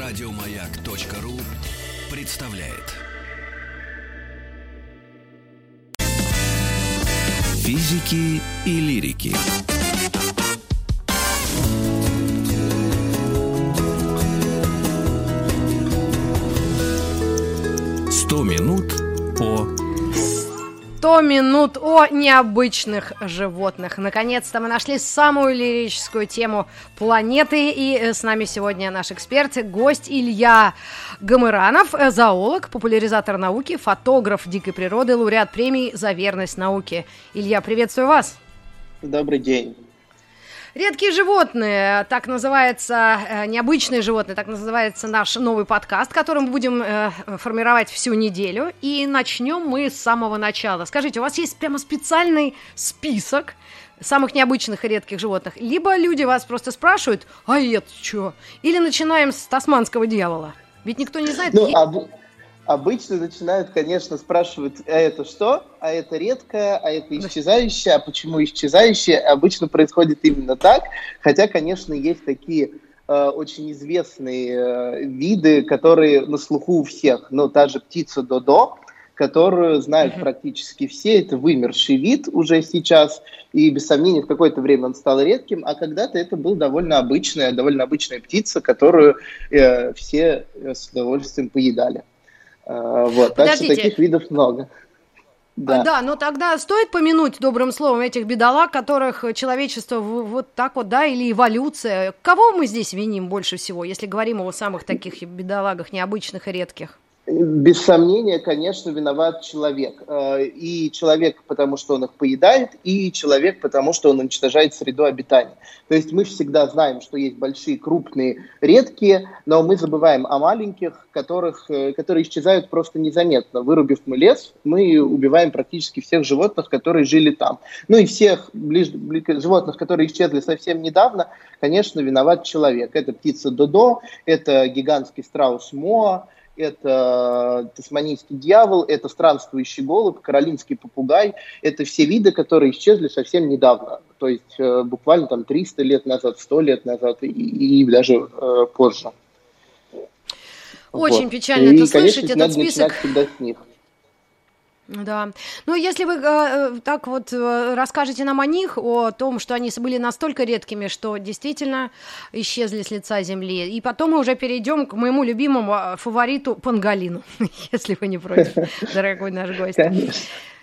Радиомаяк.ру представляет Физики и лирики. «100 минут о...» 100 минут о необычных животных. Наконец-то мы нашли самую лирическую тему планеты. И с нами сегодня наш эксперт, гость Илья Гамыранов, зоолог, популяризатор науки, фотограф дикой природы, лауреат премии за верность науке. Илья, приветствую вас. Добрый день. Редкие животные, так называется, необычные животные, так называется наш новый подкаст, который мы будем формировать всю неделю. И начнем мы с самого начала. Скажите, у вас есть прямо специальный список самых необычных и редких животных? Либо люди вас просто спрашивают, а это что? Или начинаем с тасманского дьявола? Ведь никто не знает. Обычно начинают, конечно, спрашивать, а это что? А это редкое, а это исчезающее, а почему исчезающее? Обычно происходит именно так, хотя, конечно, есть такие очень известные виды, которые на слуху у всех. Но та же птица додо, которую знают практически все, это вымерший вид уже сейчас, и без сомнения в какое-то время он стал редким, а когда-то это была довольно обычная птица, которую все с удовольствием поедали. Вот, так что таких видов много. Да, но тогда стоит помянуть добрым словом этих бедолаг, которых человечество вот так вот, да, или эволюция. Кого мы здесь виним больше всего, если говорим о самых таких бедолагах необычных и редких? Без сомнения, конечно, виноват человек. И человек, потому что он их поедает, и человек, потому что он уничтожает среду обитания. То есть мы всегда знаем, что есть большие, крупные, редкие, но мы забываем о маленьких, которые исчезают просто незаметно. Вырубив мы лес, мы убиваем практически всех животных, которые жили там. Ну и всех животных, которые исчезли совсем недавно, конечно, виноват человек. Это птица додо, это гигантский страус моа, это тасманийский дьявол, это странствующий голубь, каролинский попугай. Это все виды, которые исчезли совсем недавно. То есть буквально там 300 лет назад, 100 лет назад и даже позже. Очень печально это слышать, конечно, этот список. Всегда с них. Да. Ну, если вы так вот расскажете нам о них, о том, что они были настолько редкими, что действительно исчезли с лица земли. И потом мы уже перейдем к моему любимому фавориту панголину, если вы не против, дорогой наш гость. Конечно.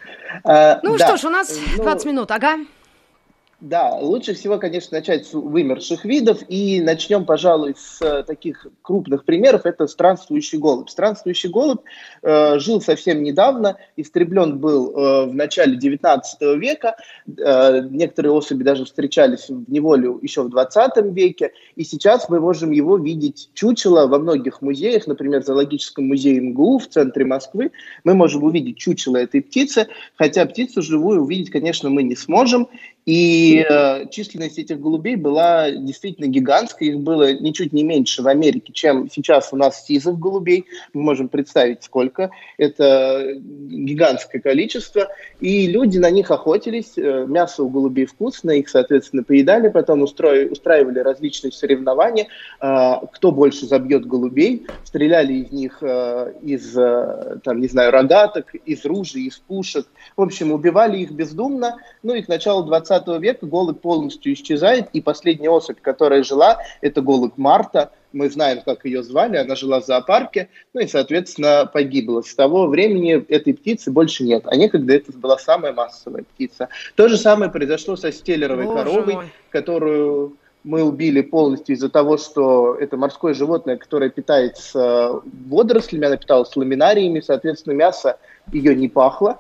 Что ж, у нас 20 минут, ага. Да, лучше всего, конечно, начать с вымерших видов, и начнем, пожалуй, с таких крупных примеров. Это странствующий голубь. Странствующий голубь жил совсем недавно, истреблен был в начале 19 века, некоторые особи даже встречались в неволе еще в 20 веке, и сейчас мы можем его видеть чучело во многих музеях, например, в зоологическом музее МГУ в центре Москвы, мы можем увидеть чучело этой птицы, хотя птицу живую увидеть, конечно, мы не сможем. И численность этих голубей была действительно гигантская, их было ничуть не меньше в Америке, чем сейчас у нас сизых голубей, мы можем представить сколько, это гигантское количество, и люди на них охотились, мясо у голубей вкусное, их, соответственно, поедали, потом устраивали различные соревнования, кто больше забьет голубей, стреляли из них из, там, не знаю, рогаток, из ружей, из пушек, в общем, убивали их бездумно, ну и к началу 20 века голубь полностью исчезает, и последняя особь, которая жила, это голубь Марта. Мы знаем, как ее звали, она жила в зоопарке, ну и, соответственно, погибла. С того времени этой птицы больше нет, а некогда это была самая массовая птица. То же самое произошло со стеллеровой коровой, которую мы убили полностью из-за того, что это морское животное, которое питается водорослями, она питалась ламинариями, соответственно, мясо ее не пахло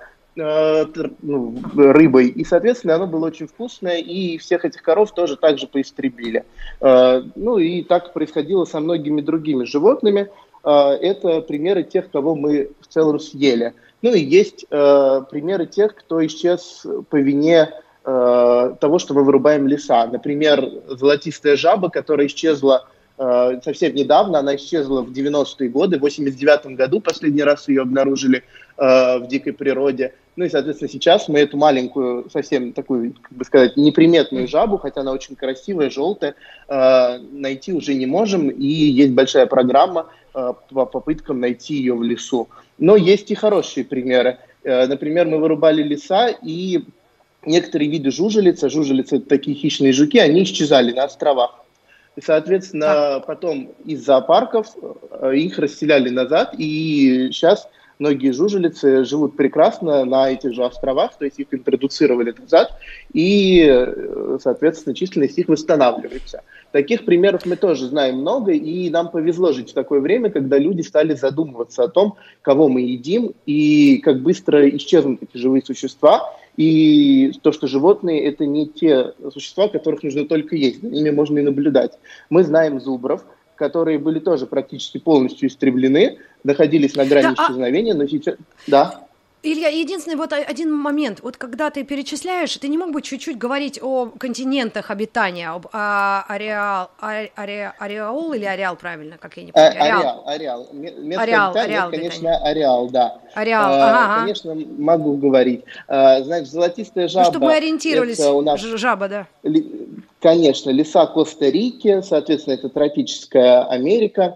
рыбой, и, соответственно, оно было очень вкусное, и всех этих коров тоже так же поистребили. Ну и так происходило со многими другими животными. Это примеры тех, кого мы в целом съели. Ну и есть примеры тех, кто исчез по вине того, что мы вырубаем леса. Например, золотистая жаба, которая исчезла совсем недавно, она исчезла в 90-е годы, в 89-м году последний раз ее обнаружили в дикой природе. Ну и, соответственно, сейчас мы эту маленькую, совсем такую, как бы сказать, неприметную жабу, хотя она очень красивая, желтая, найти уже не можем. И есть большая программа по попыткам найти ее в лесу. Но есть и хорошие примеры. Например, мы вырубали леса, и некоторые виды жужелиц, жужелицы это такие хищные жуки, они исчезали на островах. И, соответственно, потом из зоопарков их расселяли назад, и сейчас многие жужелицы живут прекрасно на этих же островах, то есть их интродуцировали назад, и, соответственно, численность их восстанавливается. Таких примеров мы тоже знаем много, и нам повезло жить в такое время, когда люди стали задумываться о том, кого мы едим, и как быстро исчезнут эти живые существа, и то, что животные – это не те существа, которых нужно только есть, за ними можно и наблюдать. Мы знаем зубров, которые были тоже практически полностью истреблены, находились на грани исчезновения, но сейчас... Да. Илья, единственный вот один момент. Вот когда ты перечисляешь, ты не мог бы чуть-чуть говорить о континентах обитания, об ареал или ареал, правильно, как я не помню? Ареал. Место обитания, конечно, ареал, да. Ареал, ага. Конечно, могу говорить. Значит, золотистая жаба... Ну, чтобы мы ориентировались, у нас... жаба, да. Конечно, леса Коста-Рики, соответственно, это тропическая Америка.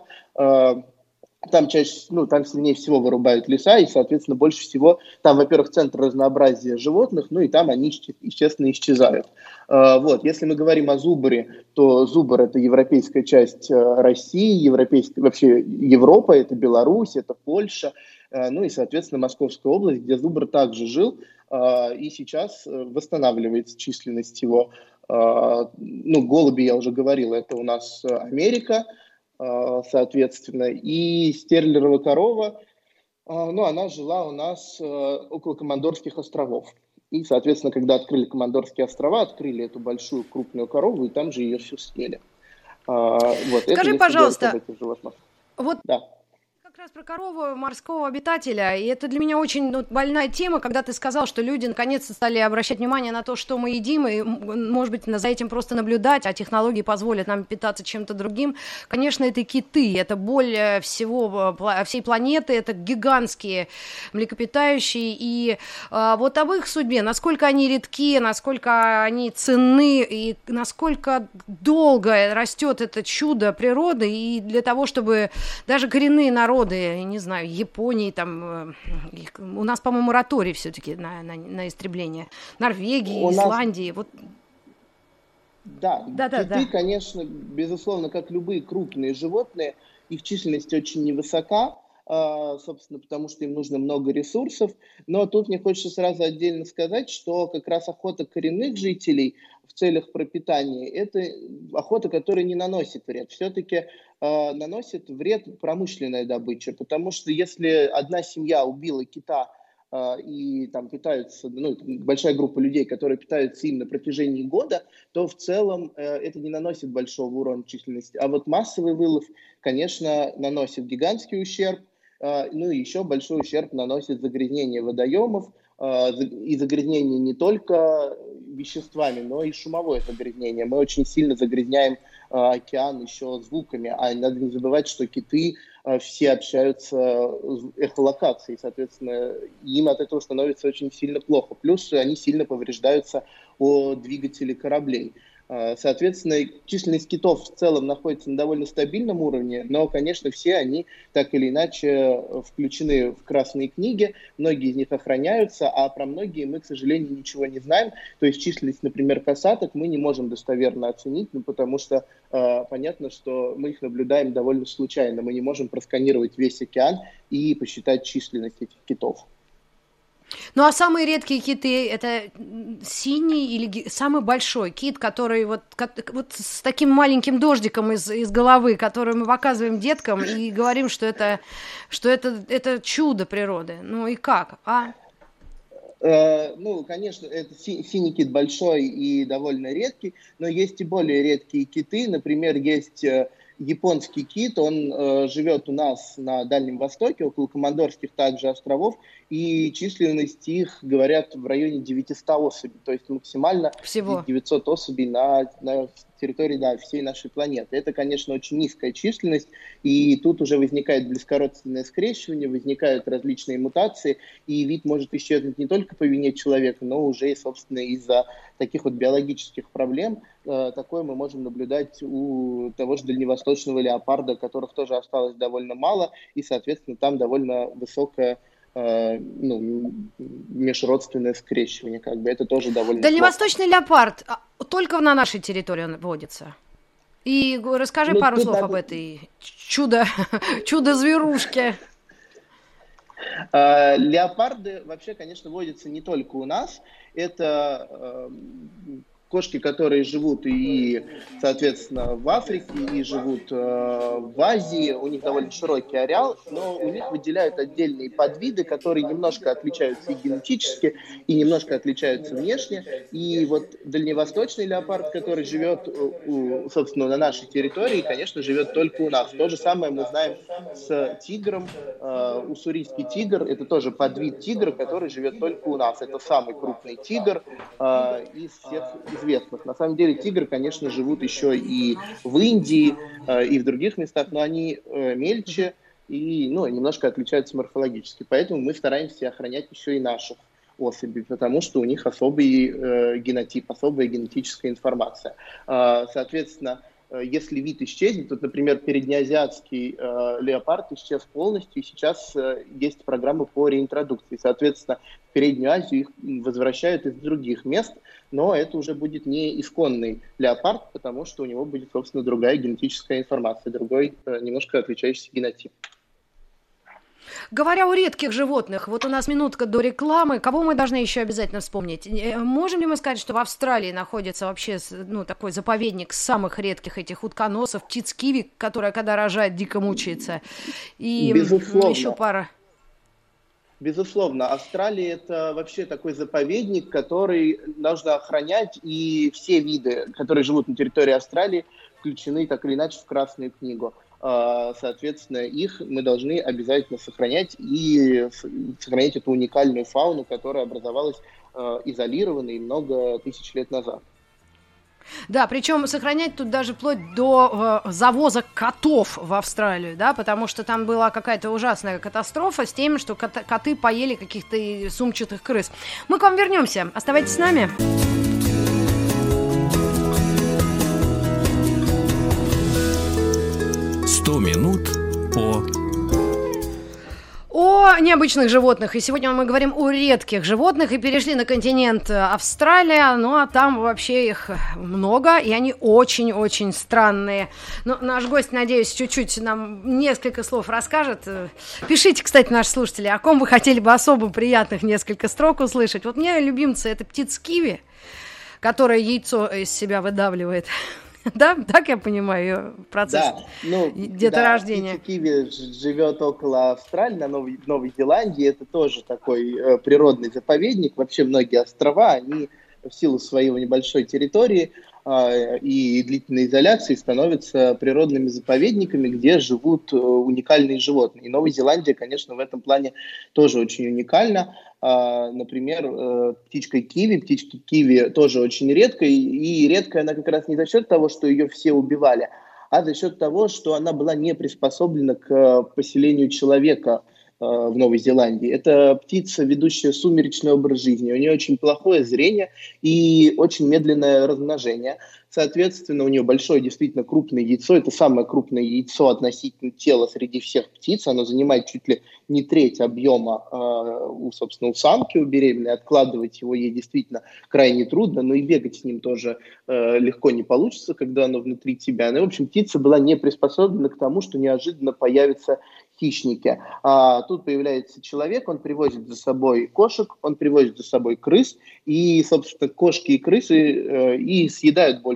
Там там сильнее всего вырубают леса, и, соответственно, больше всего там, во-первых, центр разнообразия животных, ну и там они, естественно, исчезают. Вот. Если мы говорим о зубре, то зубр – это европейская часть России, вообще Европа, это Беларусь, это Польша, ну и, соответственно, Московская область, где зубр также жил, и сейчас восстанавливается численность его. Ну, голуби, я уже говорил, это у нас Америка, соответственно, и стерлерова корова, ну, она жила у нас около Командорских островов. И, соответственно, когда открыли Командорские острова, открыли эту большую крупную корову, и там же ее все съели. Вот. Скажи, пожалуйста, вот... Да. Как раз про корову морского обитателя, и это для меня очень больная тема, когда ты сказал, что люди наконец-то стали обращать внимание на то, что мы едим, и, может быть, за этим просто наблюдать, а технологии позволят нам питаться чем-то другим. Конечно, это киты, это боль всей планеты, это гигантские млекопитающие, и вот об их судьбе, насколько они редки, насколько они ценны, и насколько долго растет это чудо природы, и для того, чтобы даже коренные народы, не знаю, Японии, там, у нас, по-моему, мораторий все-таки на истребление. Норвегии, Исландии, вот. Да, киты, конечно, безусловно, как любые крупные животные, их численность очень невысока, собственно, потому что им нужно много ресурсов, но тут мне хочется сразу отдельно сказать, что как раз охота коренных жителей в целях пропитания – это охота, которая не наносит вред. Все-таки наносит вред промышленная добыча, потому что если одна семья убила кита и там питаются, ну, большая группа людей, которые питаются им на протяжении года, то в целом это не наносит большого урона численности. А вот массовый вылов, конечно, наносит гигантский ущерб, ну и еще большой ущерб наносит загрязнение водоемов, и загрязнение не только веществами, но и шумовое загрязнение. Мы очень сильно загрязняем океан еще звуками, а надо не забывать, что киты все общаются эхолокацией, соответственно, им от этого становится очень сильно плохо. Плюс они сильно повреждаются о двигатели кораблей. Соответственно, численность китов в целом находится на довольно стабильном уровне, но, конечно, все они так или иначе включены в красные книги, многие из них охраняются, а про многие мы, к сожалению, ничего не знаем. То есть численность, например, косаток мы не можем достоверно оценить, потому что понятно, что мы их наблюдаем довольно случайно. Мы не можем просканировать весь океан и посчитать численность этих китов. Ну, а самые редкие киты – это синий или самый большой кит, который вот с таким маленьким дождиком из головы, который мы показываем деткам и говорим, что это чудо природы. Ну и как, Ну, конечно, это синий кит большой и довольно редкий, но есть и более редкие киты. Например, есть японский кит, он живет у нас на Дальнем Востоке, около Командорских также островов, и численность их, говорят, в районе 900 особей, то есть максимально Всего. 900 особей на территории, да, всей нашей планеты. Это, конечно, очень низкая численность, и тут уже возникает близкородственное скрещивание, возникают различные мутации, и вид может исчезнуть не только по вине человека, но уже и, собственно, из-за таких вот биологических проблем. Такое мы можем наблюдать у того же дальневосточного леопарда, которых тоже осталось довольно мало, и, соответственно, там довольно высокое межродственное скрещивание, как бы это тоже довольно Дальневосточный леопард только на нашей территории он водится. И расскажи пару слов об этой чудо-зверушке. Леопарды вообще, конечно, водятся не только у нас. Это кошки, которые живут и, соответственно, в Африке, и живут в Азии. У них довольно широкий ареал, но у них выделяют отдельные подвиды, которые немножко отличаются и генетически, и немножко отличаются внешне. И вот дальневосточный леопард, который живет, собственно, на нашей территории, конечно, живет только у нас. То же самое мы знаем с тигром. Уссурийский тигр – это тоже подвид тигра, который живет только у нас. Это самый крупный тигр из всех известных. На самом деле тигры, конечно, живут еще и в Индии, и в других местах, но они мельче и немножко отличаются морфологически. Поэтому мы стараемся охранять еще и наших особей, потому что у них особый генотип, особая генетическая информация. Соответственно, если вид исчезнет, вот, например, переднеазиатский леопард исчез полностью, и сейчас есть программа по реинтродукции. Соответственно, в Переднюю Азию их возвращают из других мест, но это уже будет не исконный леопард, потому что у него будет, собственно, другая генетическая информация, другой, немножко отличающийся генотип. Говоря о редких животных, вот у нас минутка до рекламы. Кого мы должны еще обязательно вспомнить? Можем ли мы сказать, что в Австралии находится вообще такой заповедник самых редких этих утконосов, птиц киви, которая, когда рожает, дико мучается? И еще пара. Безусловно, Австралия – это вообще такой заповедник, который нужно охранять, и все виды, которые живут на территории Австралии, включены так или иначе в Красную книгу. Соответственно, их мы должны обязательно сохранять и сохранять эту уникальную фауну, которая образовалась изолированной много тысяч лет назад. Да, причем сохранять тут даже вплоть до завоза котов в Австралию, да, потому что там была какая-то ужасная катастрофа с тем, что коты поели каких-то сумчатых крыс. Мы к вам вернемся. Оставайтесь с нами. Минут о необычных животных. И сегодня мы говорим о редких животных и перешли на континент Австралия. Ну, а там вообще их много, и они очень-очень странные. Но наш гость, надеюсь, чуть-чуть нам несколько слов расскажет. Пишите, кстати, наши слушатели, о ком вы хотели бы особо приятных несколько строк услышать. Вот мне любимцы — это птица киви, которая яйцо из себя выдавливает. Да, так я понимаю ее процесс деторождения. Птица киви живет около Австралии, на Новой Зеландии. Это тоже такой природный заповедник. Вообще многие острова, они в силу своей небольшой территории и длительной изоляции становятся природными заповедниками, где живут уникальные животные. И Новая Зеландия, конечно, в этом плане тоже очень уникальна. Например, птички киви тоже очень редкая, и редкая она как раз не за счет того, что ее все убивали, а за счет того, что она была не приспособлена к поселению человека в Новой Зеландии. Это птица, ведущая сумеречный образ жизни. У нее очень плохое зрение и очень медленное размножение. Соответственно, у нее большое, действительно крупное яйцо. Это самое крупное яйцо относительно тела среди всех птиц. Оно занимает чуть ли не треть объема у самки, у беременной. Откладывать его ей действительно крайне трудно, но и бегать с ним тоже легко не получится, когда оно внутри тебя. Ну, в общем, птица была не приспособлена к тому, что неожиданно появятся хищники. Тут появляется человек, он привозит за собой кошек, он привозит за собой крыс, и, собственно, кошки и крысы и съедают большую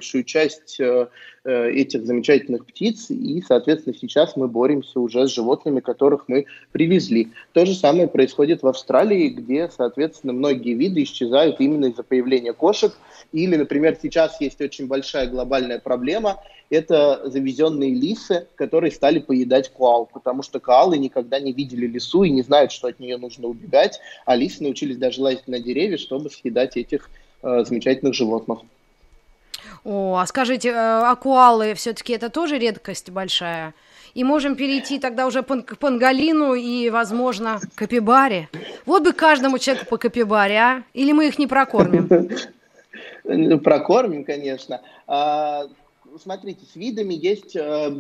большую часть этих замечательных птиц, и, соответственно, сейчас мы боремся уже с животными, которых мы привезли. То же самое происходит в Австралии, где, соответственно, многие виды исчезают именно из-за появления кошек. Или, например, сейчас есть очень большая глобальная проблема – это завезенные лисы, которые стали поедать коал, потому что коалы никогда не видели лису и не знают, что от нее нужно убегать, а лисы научились даже лазить на деревья, чтобы съедать этих замечательных животных. О, а скажите, а коалы все-таки это тоже редкость большая? И можем перейти тогда уже к панголину и, возможно, капибаре. Вот бы каждому человеку по капибаре, а? Или мы их не прокормим? Прокормим, конечно. Смотрите, с видами есть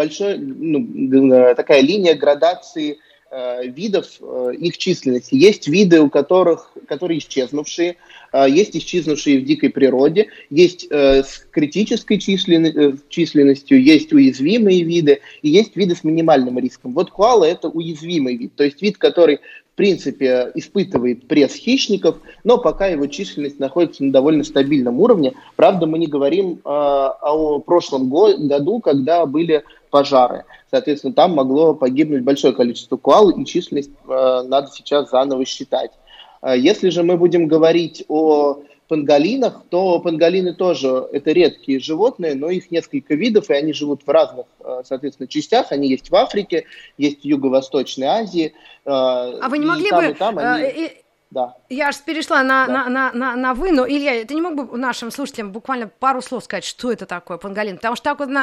такая линия градации видов, их численности. Есть виды, которые исчезнувшие, есть исчезнувшие в дикой природе, есть с критической численностью, есть уязвимые виды, и есть виды с минимальным риском. Вот коала – это уязвимый вид, то есть вид, который в принципе испытывает пресс хищников, но пока его численность находится на довольно стабильном уровне. Правда, мы не говорим о прошлом году, когда были пожары. Соответственно, там могло погибнуть большое количество коал, и численность надо сейчас заново считать. Если же мы будем говорить о панголинах, то панголины тоже это редкие животные, но их несколько видов, и они живут в разных, соответственно, частях. Они есть в Африке, есть в Юго-Восточной Азии. А вы не могли бы... Да. Я аж перешла на «вы», но, Илья, ты не мог бы нашим слушателям буквально пару слов сказать, что это такое панголин? Потому что так вот,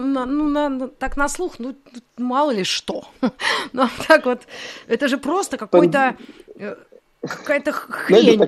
так на слух, мало ли что. Ну, так вот, это же просто какой-то... Какая-то хрень.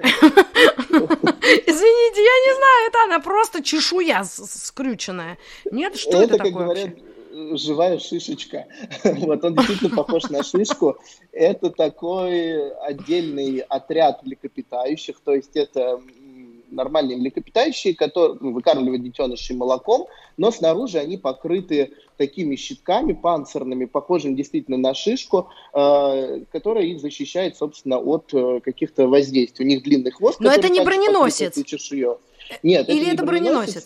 Извините, я не знаю, это она просто чешуя скрюченная. Нет, что это такое вообще? Живая шишечка. Вот он действительно похож на шишку. Это такой отдельный отряд млекопитающих, то есть это нормальные млекопитающие, которые выкармливают детенышей молоком, но снаружи они покрыты такими щитками панцирными, похожими действительно на шишку, которая их защищает, собственно, от каких-то воздействий. У них длинный хвост. Но это не броненосец. Нет, или это броненосец?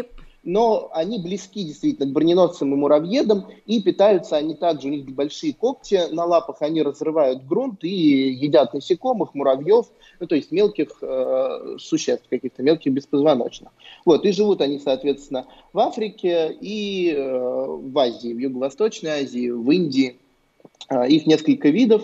Но они близки действительно к броненосцам и муравьедам, и питаются они также, у них большие когти на лапах, они разрывают грунт и едят насекомых, муравьев, то есть мелких существ каких-то, мелких беспозвоночных. Вот, и живут они, соответственно, в Африке и в Азии, в Юго-Восточной Азии, в Индии. Их несколько видов.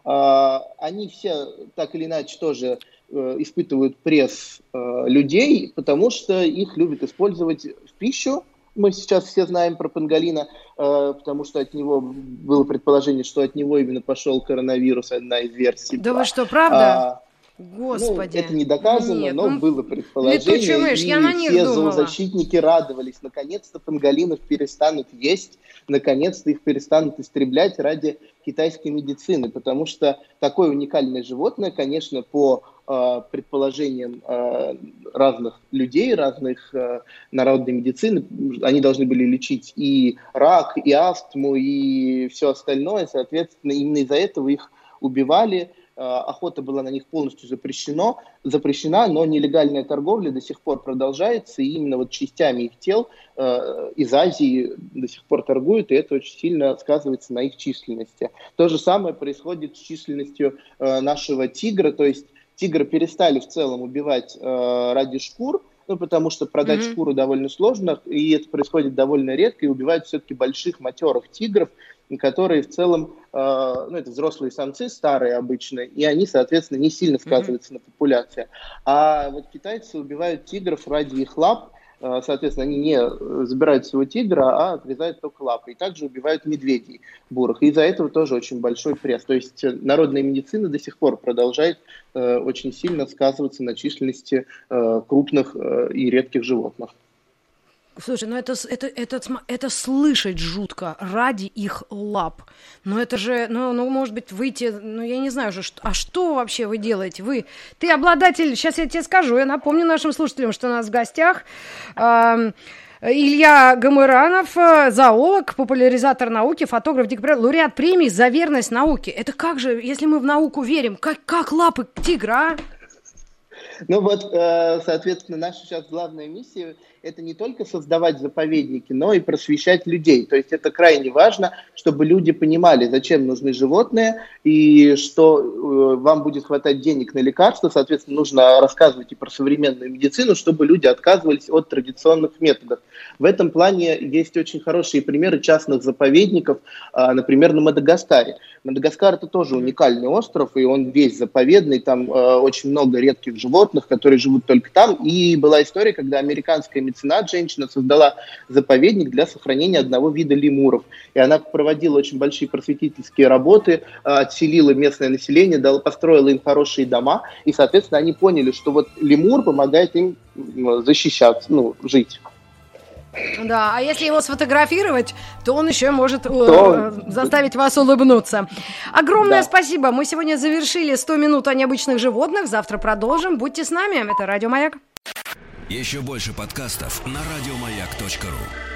Они все так или иначе тоже испытывают пресс людей, потому что их любят использовать в пищу. Мы сейчас все знаем про панголина, потому что от него было предположение, что от него именно пошел коронавирус, одна из версий. Да вы что, правда? Господи. Это не доказано, Нет, но было предположение, и все зоозащитники радовались. Наконец-то панголинов перестанут есть, наконец-то их перестанут истреблять ради китайской медицины, потому что такое уникальное животное, конечно, по предположениям разных людей, разных народной медицины, они должны были лечить и рак, и астму, и все остальное, соответственно, именно из-за этого их убивали. Охота была на них полностью запрещена, но нелегальная торговля до сих пор продолжается, и именно вот частями их тел из Азии до сих пор торгуют, и это очень сильно сказывается на их численности. То же самое происходит с численностью нашего тигра, то есть тигра перестали в целом убивать ради шкур, потому что продать шкуру довольно сложно, и это происходит довольно редко, и убивают все-таки больших матерых тигров, которые в целом, это взрослые самцы, старые обычно, и они, соответственно, не сильно сказываются на популяции. А вот китайцы убивают тигров ради их лап, соответственно, они не забирают своего тигра, а отрезают только лапы. И также убивают медведей бурых. И из-за этого тоже очень большой пресс. То есть народная медицина до сих пор продолжает очень сильно сказываться на численности крупных и редких животных. Слушай, ну это слышать жутко ради их лап. Но это же, может быть, выйти, я не знаю уже, что вообще вы делаете? Ты обладатель, сейчас я тебе скажу, я напомню нашим слушателям, что у нас в гостях Илья Гамыранов, зоолог, популяризатор науки, фотограф, лауреат премии за верность науке. Это как же, если мы в науку верим, как лапы тигра, а? Ну вот, соответственно, наша сейчас главная миссия – это не только создавать заповедники, но и просвещать людей. То есть это крайне важно, чтобы люди понимали, зачем нужны животные, и что вам будет хватать денег на лекарства. Соответственно, нужно рассказывать и про современную медицину, чтобы люди отказывались от традиционных методов. В этом плане есть очень хорошие примеры частных заповедников, например, на Мадагаскаре. Мадагаскар – это тоже уникальный остров, и он весь заповедный, там очень много редких животных, которые живут только там. И была история, когда американская меценат, женщина, создала заповедник для сохранения одного вида лемуров. И она проводила очень большие просветительские работы, отселила местное население, построила им хорошие дома, и, соответственно, они поняли, что вот лемур помогает им защищаться, жить. Да, а если его сфотографировать, то он еще может заставить вас улыбнуться. Огромное спасибо. Мы сегодня завершили 100 минут о необычных животных. Завтра продолжим. Будьте с нами. Это Радио Маяк. Еще больше подкастов на радиомаяк.ру.